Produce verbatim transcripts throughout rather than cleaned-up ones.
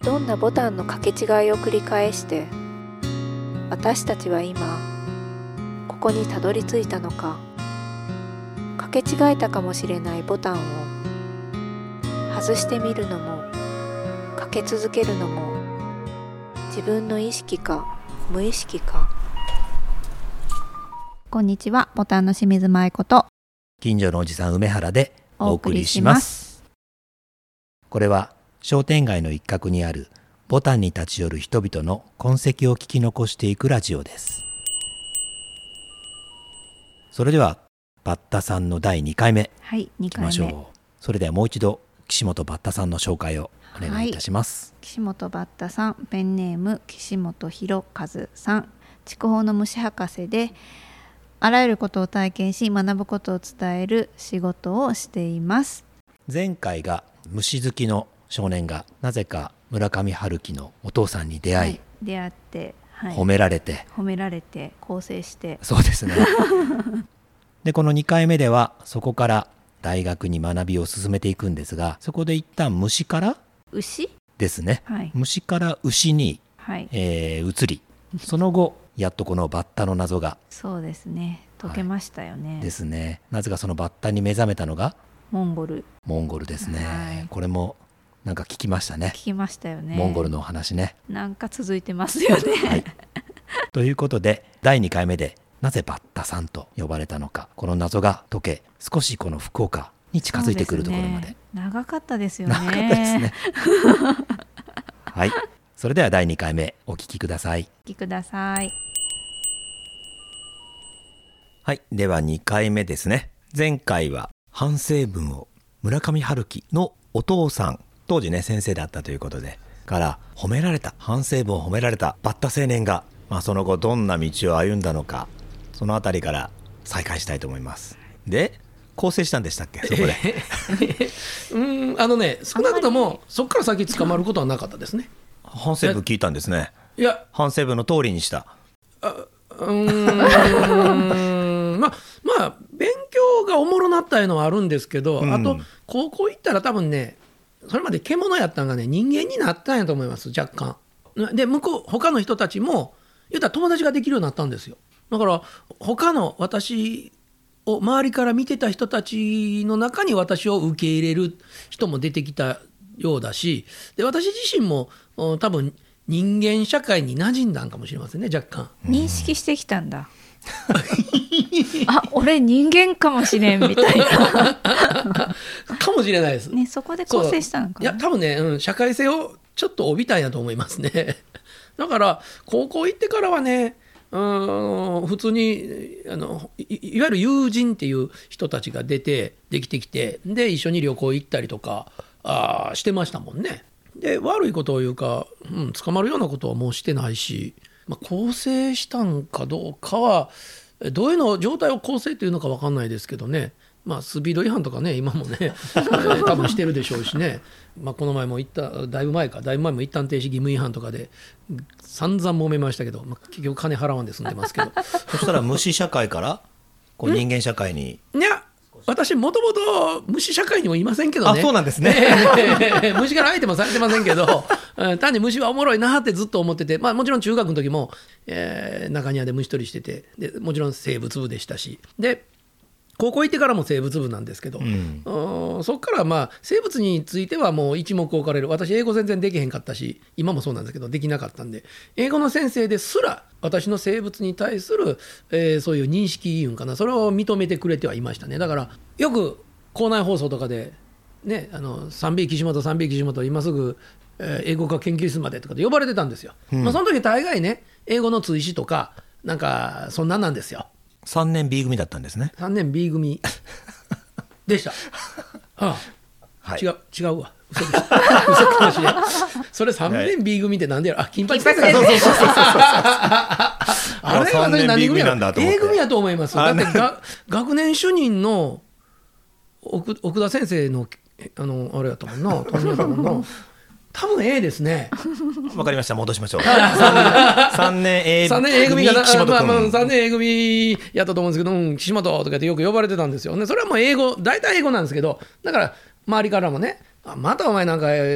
どんなボタンの掛け違いを繰り返して私たちは今ここにたどり着いたのか。掛け違えたかもしれないボタンを外してみるのもかけ続けるのも自分の意識か無意識か。 こんにちは、ボタンの清水舞子と近所のおじさん梅原でお送りします。これは商店街の一角にあるボタンに立ち寄る人々の痕跡を聞き残していくラジオです。それではバッタさんのだいにかいめ、 はい、にかいめいきましょう。それではもう一度岸本バッタさんの紹介をお願いいたします。 はい、岸本バッタさん、ペンネーム岸本博和さん、筑豊の虫博士であらゆることを体験し学ぶことを伝える仕事をしています。 前回が虫好きの少年がなぜか村上春樹のお父さんに出会い、 はい、出会って、はい、 褒められて褒められて更生して、 そうですねでこのにかいめではそこから大学に学びを進めていくんですが、そこで一旦虫から牛ですね、 はい、 虫から牛に、 はいえー、移り、その後やっとこのバッタの謎がそうですね、解けましたよね、 はい、ですね。なぜかそのバッタに目覚めたのがモンゴルモンゴルですね、 はい、 これもなんか聞きましたね。 聞きましたよね、 モンゴルのお話ね。 なんか続いてますよね、 はい、ということでだいにかいめでなぜバッタさんと呼ばれたのか、この謎が解け、少しこの福岡に近づいてくるところまで、 ね、長かったですよね。 長かったですねはい、それではだいにかいめお聞きください。 お聞きください。 はい、ではにかいめですね。前回は反省文を村上春樹のお父さん、当時ね先生だったということでから褒められた、反省文を褒められたバッタ青年が、まあ、その後どんな道を歩んだのか、そのあたりから再開したいと思います。で更生したんでしたっけ、そこでうんあのね、少なくともそこから先捕まることはなかったですね。 反省文聞いたんですね。 いや、 反省文の通りにした。 あうーんまあまあ勉強がおもろなったいうのはあるんですけど、うん、あと高校行ったら多分ね、それまで獣やったんがね人間になったんやと思います、若干。で向こう他の人たちも言ったら友達ができるようになったんですよ。だから他の私を周りから見てた人たちの中に私を受け入れる人も出てきたようだし、で私自身も多分人間社会に馴染んだんかもしれませんね、若干。 認識してきたんだあ、俺人間かもしれんみたいなかもしれないです、 ね、そこで構成したのかな。 いや多分ね、うん、社会性をちょっと帯びたんやと思いますねだから高校行ってからはね、うん普通にあの い, いわゆる友人っていう人たちが出てできてきて、で一緒に旅行行ったりとかあしてましたもんね。で悪いことを言うか、うん、捕まるようなことはもうしてないし、まあ、更生したんかどうかはどういうの状態を更生というのか分かんないですけどね、まあ、スピード違反とかね今もね、えー、多分してるでしょうしね、まあ、この前も言っただいぶ前かだいぶ前も一旦停止義務違反とかで散々揉めましたけど、まあ、結局金払わんで済んでますけどそしたら虫社会からこう人間社会に、 いや私もともと虫社会にもいませんけどね。 あ、そうなんですね、 えー、虫から相手もされてませんけど単に虫はおもろいなってずっと思ってて、まあ、もちろん中学の時も、えー、中庭で虫取りしてて、でもちろん生物部でしたし、で高校行ってからも生物部なんですけど、うん、そこからまあ生物についてはもう一目置かれる。私英語全然できへんかったし、今もそうなんですけどできなかったんで、英語の先生ですら私の生物に対する、えー、そういう認識いうんかな、それを認めてくれてはいましたね。だからよく校内放送とかでね、あの さんビー 岸本 さんビー 岸本今すぐ、えー、英語科研究室までとかで呼ばれてたんですよ、うんまあ、その時大概ね英語の追試とかなんかそんなんなんですよ。 さんねん B 組だったんですね。 さんねん B 組でした。ああ、はい、違う違うわ。嘘でした嘘かもしれん。それさんねん B 組ってなんでやろ。あ、金八先生。そうそうそうそうそう。あれ私何組やろ。A 組やと思います。だってが学年主任の奥、奥田先生のあのあれやったもんな。担任やったもんな。多分 A ですね。 わかりました、戻しましょう。さんねん A 組が岸本君、 まあまあ、さんねん A 組やったと思うんですけど、うん、岸本とかってよく呼ばれてたんですよね。それはもう英語、大体英語なんですけど、だから周りからもね、あまたお前なんか、え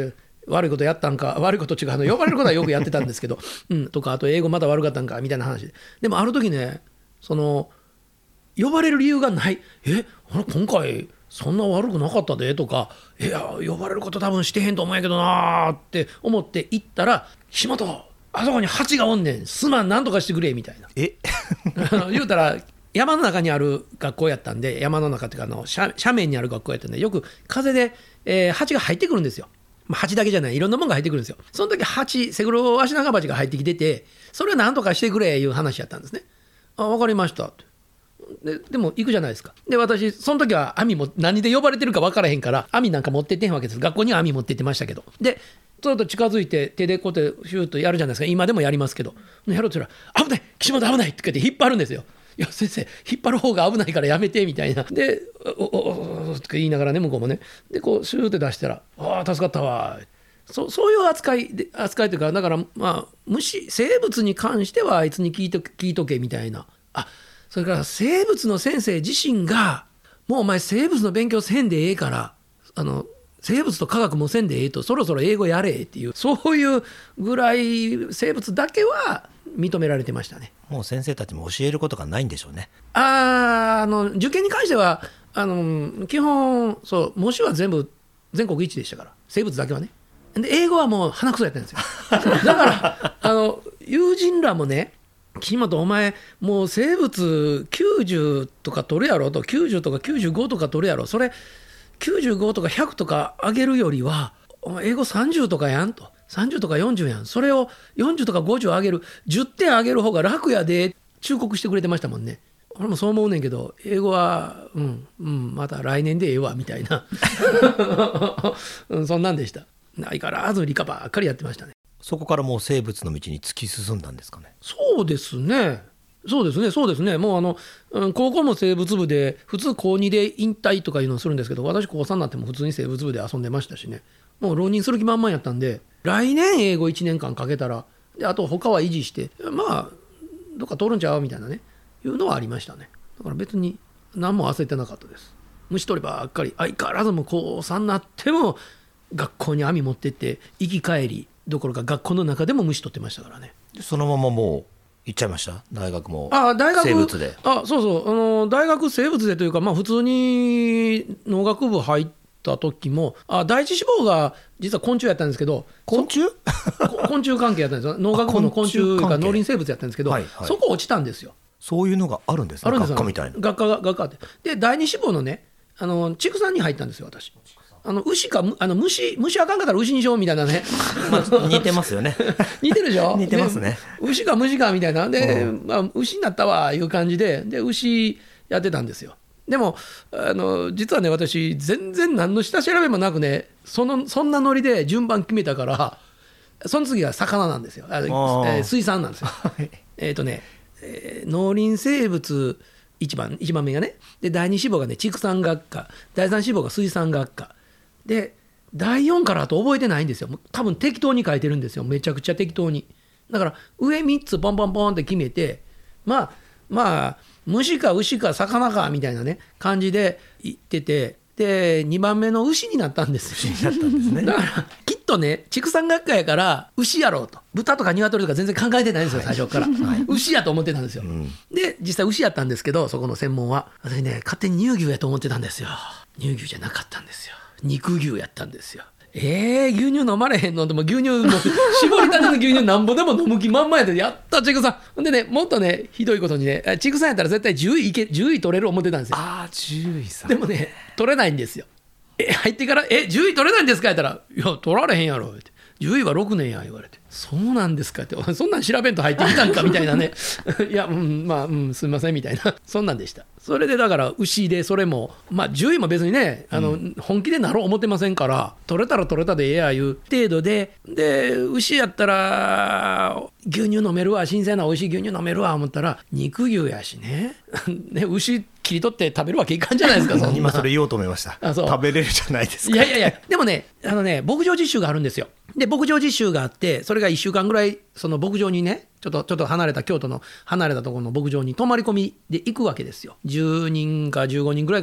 悪いことやったんか、悪いこと違うあの呼ばれることはよくやってたんですけど、うん、とかあと英語まだ悪かったんかみたいな話で、でもある時ね、その呼ばれる理由がない、えあれ今回そんな悪くなかったでとか、いや呼ばれること多分してへんと思うんやけどなーって思って行ったら、岸本あそこに蜂がおんねん、すまんなんとかしてくれみたいなえ言うたら山の中にある学校やったんで、山の中っていうかあの 斜, 斜面にある学校やったんで、よく風で、えー、蜂が入ってくるんですよ。まあ、蜂だけじゃない、いろんなものが入ってくるんですよ。その時蜂、セグロアシナガバチが入ってきてて、それをなんとかしてくれいう話やったんですね。あ、分かりましたって。で, でも行くじゃないですか。で私その時は網も何で呼ばれてるか分からへんから網なんか持ってってへんわけです。学校には網持ってってましたけど、でちょっと近づいて手でこうやってシューッとやるじゃないですか。今でもやりますけど、やろうとしたら危ない岸本危ないって言って引っ張るんですよ。いや先生引っ張る方が危ないからやめてみたいなで、おおおって言いながらね、向こうもね、でこうシューッて出したら、ああ助かったわ、そ, そういう扱いで扱いというか、だからまあ虫生物に関してはあいつに聞いと聞いとけみたいな。あ、それから生物の先生自身がもうお前生物の勉強せんでええから、あの生物と科学もせんでええと、そろそろ英語やれっていう、そういうぐらい生物だけは認められてましたね。 もう先生たちも教えることがないんでしょうね。 ああの受験に関してはあの基本そう模試は全部全国一でしたから、生物だけはね。で英語はもう鼻くそやったんですよだからあの友人らもね、岸本お前もう生物きゅうじゅうとか取るやろと、きゅうじゅうとかきゅうじゅうごとか取るやろ、それきゅうじゅうごとかひゃくとか上げるよりはお前英語さんじゅうとかやんと、さんじゅうとかよんじゅうやん、それをよんじゅうとかごじゅう上げる、じゅってん上げる方が楽やで忠告してくれてましたもんね。俺もそう思うねんけど、英語はうんうんまた来年でええわみたいなそんなんでした。相変わらず理科ばっかりやってましたね。 そこからもう生物の道に突き進んだんですかね。 そうですねそうですねそうですねもうあの、うん、高校も生物部で、普通高にで引退とかいうのをするんですけど、私高さんになっても普通に生物部で遊んでましたしね、もう浪人する気満々やったんで、来年英語いちねんかんかけたら、であと他は維持して、まあどっか通るんちゃうみたいなねいうのはありましたね。だから別に何も焦ってなかったです。虫取りばっかり、相変わらずも高さんになっても学校に網持ってって行き帰りどころか学校の中でも虫取ってましたからね。 でそのままもう行っちゃいました、大学も。 あ大学生物で。 あそうそうあの大学生物でというか、まあ、普通に農学部入った時も、あ第一志望が実は昆虫やったんですけど、 昆虫昆虫関係やったんですよ。農学部の昆虫が農林生物やったんですけど、 はいはい、 そこ落ちたんですよ。 そういうのがあるんですね。 あるんですよ学科みたいな。 学科が学科あって、で第二志望のね、あの畜産に入ったんですよ私。あの牛かあの 虫, 虫あかんかったら牛にしようみたいなね、 まあ、似てますよね似てるでしょ似てますね。 牛か虫かみたいなで、まあ、牛になったわいう感じで、で牛やってたんですよ。でもあの実はね私全然何の下調べもなくね、そのそんなノリで順番決めたから、その次は魚なんですよ。あ、えー、水産なんですよえっとね、えー、農林生物いちばんいちばんめがね、でだいに志望がね畜産学科、だいさん志望が水産学科で、だいよんからあと覚えてないんですよ。多分適当に書いてるんですよ。めちゃくちゃ適当に。だから上みっつポンポンポンって決めて、まあまあ虫か牛か魚かみたいなね感じで言ってて、でにばんめの牛になったんですよ。 牛になったんですね。 だからきっとね畜産学科やから牛やろうと、豚とか鶏とか全然考えてないんですよ、はい、最初から、はい、牛やと思ってたんですよ、うん、で実際牛やったんですけど、そこの専門は私ね勝手に乳牛やと思ってたんですよ。乳牛じゃなかったんですよ。肉牛やったんですよ。えー、牛乳飲まれへんのでも牛乳の絞りたての牛乳なんぼでも飲む気満々やで、やった畜産でね、もっとねひどいことにね、畜産やったら絶対じゅういいけじゅうい取れる思ってたんですよ。 ああじゅういさ。 でもね取れないんですよ。え入ってからえじゅうい取れないんですかやったら、いや取られへんやろって、じゅういはろくねんや言われて、そうなんですかって、そんなん調べんと入ってきたんかみたいなねいや、うん、まあ、うん、すみませんみたいなそんなんでした。それでだから牛で、それもまあじゅういも別にねあの、うん、本気でなろう思ってませんから、取れたら取れたでええやいう程度で、で牛やったら牛乳飲めるわ、新鮮な美味しい牛乳飲めるわ思ったら肉牛やしねね牛切り取って食べるわけいかんじゃないですか。そんな今それ言おうと思いました。 あそう食べれるじゃないですか。 いやいやいやでもねあのね牧場実習があるんですよ。で牧場実習があって、それがいっしゅうかんぐらいその牧場にね、ちょっとちょっと離れた京都の離れたところの牧場に泊まり込みで行くわけですよ。じゅうにんかじゅうごにんぐらいかな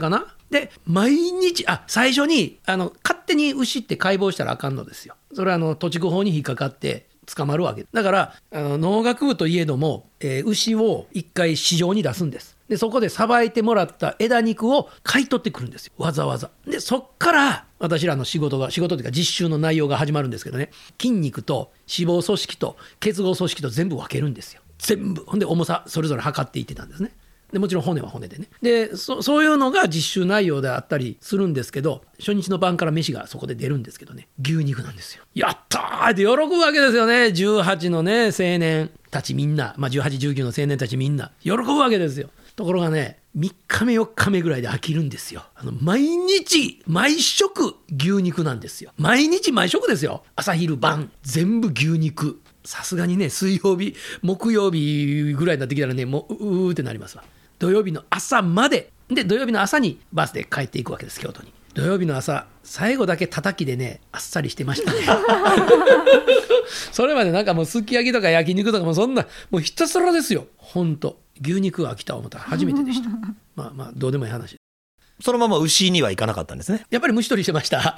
で毎日あ最初にあの勝手に牛って解剖したらあかんのですよ。それはあの土地区法に引っかかって捕まるわけだからあの農学部といえども、えー、牛を一回市場に出すんです。でそこでさばいてもらった枝肉を買い取ってくるんですよ、わざわざ。でそっから私らの仕事が仕事というか実習の内容が始まるんですけどね、筋肉と脂肪組織と結合組織と全部分けるんですよ、全部。ほんで重さそれぞれ測っていってたんですね。でもちろん骨は骨でね。で そ, そういうのが実習内容であったりするんですけど、初日の晩から飯がそこで出るんですけどね、牛肉なんですよ。やったーって喜ぶわけですよね、じゅうはちのね青年たちみんな、まあ、じゅうはち、じゅうきゅうの青年たちみんな喜ぶわけですよ。ところがねみっかめよっかめぐらいで飽きるんですよ。あの毎日毎食牛肉なんですよ。毎日毎食ですよ、朝昼晩全部牛肉。さすがにね水曜日木曜日ぐらいになってきたらねもううーってなりますわ。土曜日の朝までで土曜日の朝にバスで帰っていくわけです、京都に。土曜日の朝最後だけ叩きでねあっさりしてましたねそれまでなんかもうすき焼きとか焼肉とかもそんなもうひたすらですよ。ほんと牛肉が飽きた思ったら初めてでしたまあまあどうでもいい話。 そのまま牛には行かなかったんですね。 やっぱり虫取りしてましただ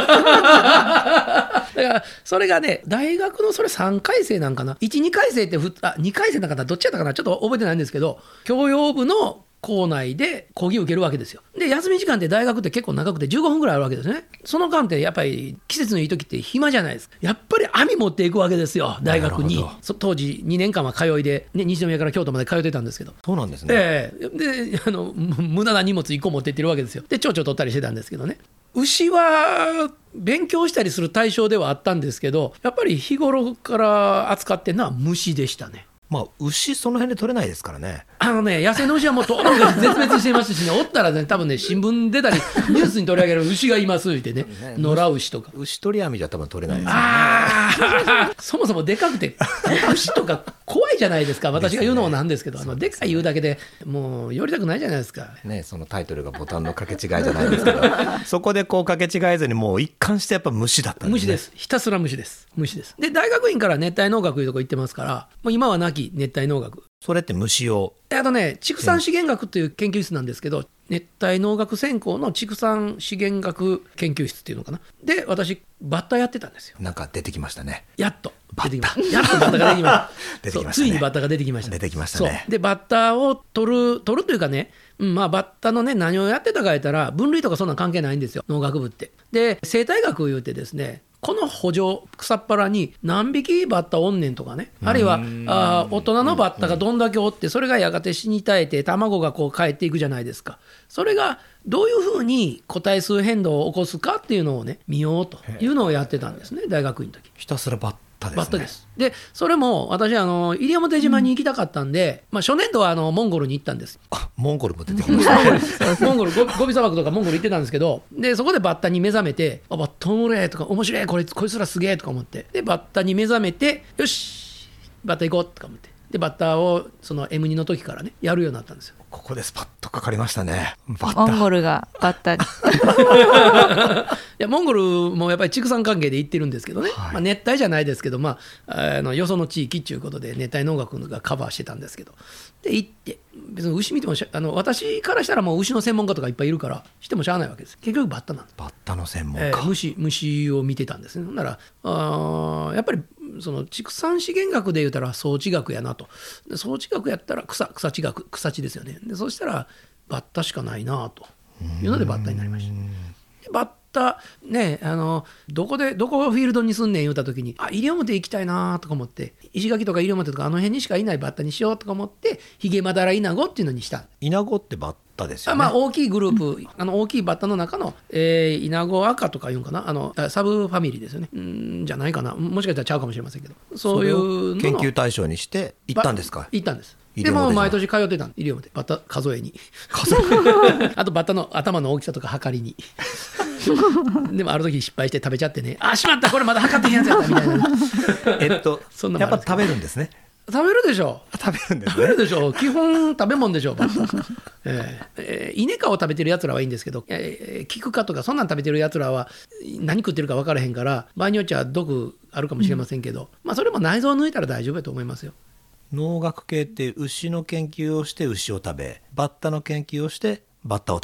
からそれがね大学のそれさんかい生なんかな、いち、にかい生ってふあにかい生なんかな、どっちやったかなちょっと覚えてないんですけど、教養部の校内で講義を受けるわけですよ。で休み時間って大学って結構長くてじゅうごふんぐらいあるわけですね。その間ってやっぱり季節のいい時って暇じゃないですか。やっぱり網持っていくわけですよ大学に。当時にねんかんは通いで、ね、西宮から京都まで通ってたんですけど。 そうなんですね、 えー、であの無駄な荷物いっこ持っていってるわけですよ。で蝶々取ったりしてたんですけどね。牛は勉強したりする対象ではあったんですけど、やっぱり日頃から扱ってるのは虫でしたね。 まあ牛その辺で取れないですからね。 あのね野生の牛はもうとにかく絶滅していますしねおったらね多分ね新聞出たりニュースに取り上げる牛がいますってね野良牛とか牛取り網じゃ多分取れないですよね。 あそもそもでかくて牛とか怖いじゃないですか。私が言うのもなんですけど、あのでかい言うだけでもう寄りたくないじゃないですかね。そのタイトルがボタンの掛け違いじゃないですけどそこでこう掛け違えずにもう一貫してやっぱ虫だったんですね。 虫です、ひたすら虫です虫です。で大学院から熱帯農学いうとこ行ってますから、もう今はなき熱帯農学。 それって虫をあとね畜産資源学という研究室なんですけど、熱帯農学専攻の畜産資源学研究室っていうのかな。で私バッタやってたんですよ。 なんか出てきましたね。 やっと出てきましたやっとバッタが出てきました出てきましたね。 ついにバッタが出てきました出てきましたね。 そうでバッタを取る取るというかね、うんまあ、バッタのね何をやってたか言ったら分類とかそんな関係ないんですよ農学部って。で生態学を言うてですね、この圃場草っぱらに何匹バッタおんねんとかね、あるいはあ大人のバッタがどんだけおってそれがやがて死に絶えて卵がこう帰っていくじゃないですか。それがどういうふうに個体数変動を起こすかっていうのをね見ようというのをやってたんですね大学院の時。 ひたすらバッタですね。 バッタです。でそれも私あの西表島に行きたかったんで、うんまあ、初年度はあのモンゴルに行ったんです。 あモンゴルも出てきましたモンゴルゴゴビ砂漠とかモンゴル行ってたんですけど、でそこでバッタに目覚めて、あバッタおもれーとか面白いこれこいつらすげえとか思って、でバッタに目覚めてよしバッタ行こうとか思って、でバッタをその エムツー の時からねやるようになったんですよ。 ここでスパッとかかりましたね。バッタモンゴルがバッタにいやモンゴルもやっぱり畜産関係で行ってるんですけどね、はいまあ、熱帯じゃないですけど、まあ、あのよその地域っていうことで熱帯農学がカバーしてたんですけど、で行って別に牛見てもしあの私からしたらもう牛の専門家とかいっぱいいるからしてもしゃあないわけです。結局バッタなんです。 バッタの専門家、 えー、虫, 虫を見てたんですね。ほんならあやっぱりその畜産資源学で言うたら草地学やなと。で草地学やったら 草, 草地学草地ですよね。でそしたらバッタしかないなというのでバッタになりました。でバッタねあのどこでどこをフィールドにすんねん言うた時にあ西表行きたいなとか思って、石垣とか西表とかあの辺にしかいないバッタにしようとか思ってヒゲマダライナゴっていうのにした。 イナゴってバッタですよね。 あまあ大きいグループあの大きいバッタの中の、えー、イナゴ赤とか言うんかな、あのサブファミリーですよね。んじゃないかな、もしかしたらちゃうかもしれませんけど、そういうの研究対象にして行ったんですか。 行ったんです。でも毎年通ってたん西表バッタ数えに数えあとバッタの頭の大きさとか測りにでもある時失敗して食べちゃってね、あしまったこれまだ測ってへんやつやったみたいなえっとそんなやっぱ食べるんですね。 食べるでしょ食べるんですね。 食べるでしょ基本食べ物でしょバッタ、えーえー、イネ科を食べてるやつらはいいんですけど、えー、キク科とかそんなん食べてるやつらは何食ってるか分からへんから、場合によっちゃ毒あるかもしれませんけど、うん、まあそれも内臓を抜いたら大丈夫だと思いますよ。 農学系って牛の研究をして牛を食べ、バッタの研究をしてバッタを食べる。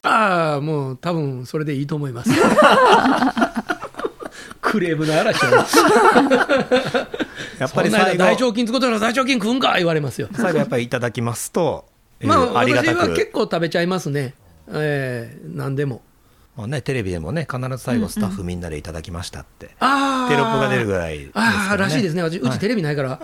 ああもう多分それでいいと思いますクレームの嵐をやっぱりそんな最後大腸菌使ったら大腸菌食うんか言われますよ最後やっぱりいただきますと、 まあ、 えーありがたく私は結構食べちゃいますね、えー、何でも。 まあね、テレビでもね必ず最後スタッフみんなでいただきましたって、 あーテロップが出るぐらいですからね。 あーらしいですね、うち、うちテレビないから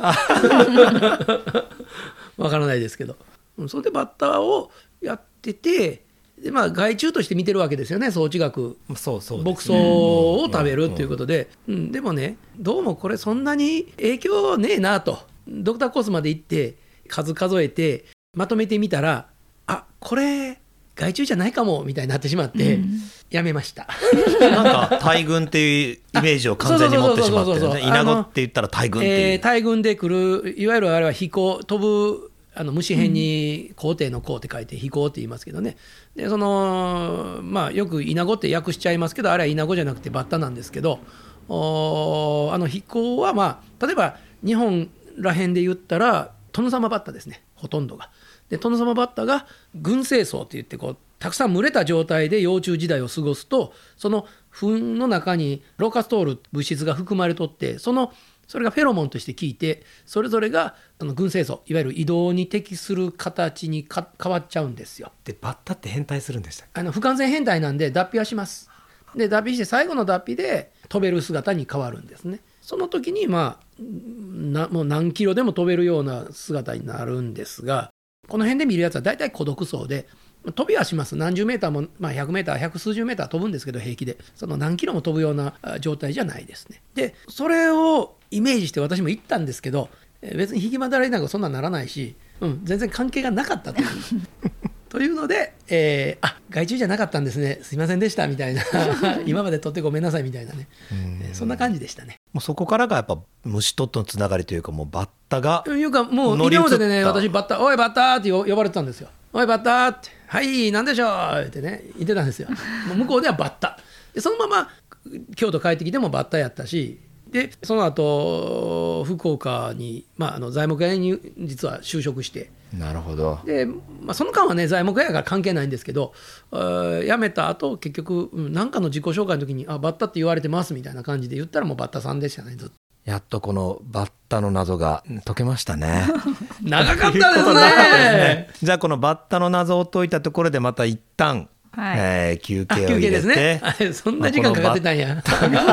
わからないですけど、うんそれでバッターをやっててで、まあ、害虫として見てるわけですよね、装置学、 そうそうですね牧草を食べるっていうことで、うんうんでもねどうもこれそんなに影響ねえなとドクターコースまで行って数数えてまとめてみたらあこれ害虫じゃないかもみたいになってしまって、うん、やめましたなんか大群っていうイメージを完全に持ってしまってるね。イナゴって言ったら大群っていう、 えー、大群で来るいわゆるあれは飛行飛ぶあの虫編に皇帝の皇って書いて飛行って言いますけどね、でそのまあよくイナゴって訳しちゃいますけどあれはイナゴじゃなくてバッタなんですけど、おあの飛行はまあ例えば日本ら辺で言ったら殿様バッタですね、ほとんどが。で殿様バッタが群生層っていってこうたくさん群れた状態で幼虫時代を過ごすとその糞の中にローカストール物質が含まれとってそのそれがフェロモンとして効いてそれぞれがあの群生層いわゆる移動に適する形にか変わっちゃうんですよ。 でバッタって変態するんでしたっけ？ あの不完全変態なんで脱皮はします。で脱皮して最後の脱皮で飛べる姿に変わるんですね。その時にまあなもう何キロでも飛べるような姿になるんですが、この辺で見るやつは大体孤独層で飛びはします。何十メーターも、まあ、ひゃくメーター百数十メーター飛ぶんですけど平気でその何キロも飛ぶような状態じゃないですね。でそれをイメージして私も行ったんですけど別に引きまだらいなんかそんなならないし、うん、全然関係がなかったというというので、えー、あ害虫じゃなかったんですねすいませんでしたみたいな今まで取ってごめんなさいみたいなね、えー、そんな感じでしたね。 もうそこからがやっぱ虫とのつながりというかもうバッタがいうかもう今まででね私バッタおいバッタって呼ばれてたんですよ。おいバッタってはい何でしょうってね言ってたんですよ。もう向こうではバッタでそのまま京都帰ってきてもバッタやったしでその後福岡に、まあ、あの材木屋に実は就職して。 なるほど。 で、まあ、その間はね材木屋から関係ないんですけど辞めた後結局何かの自己紹介の時にあバッタって言われてますみたいな感じで言ったらもうバッタさんでしたねずっと。 やっとこのバッタの謎が解けましたね長かったですねね。じゃあこのバッタの謎を解いたところでまた一旦、 はいえー、休憩を休憩入れてですねそんな時間かかってたんや、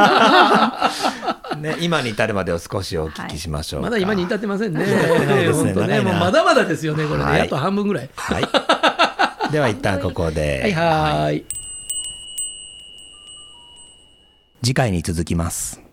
ね、今に至るまでを少しお聞きしましょうか、 はい、まだ今に至ってませんねですね本当ねもうまだまだですよねこれね、 はい、 やっと半分ぐらい、 はい、では一旦ここではいはい、はい、 次回に続きます。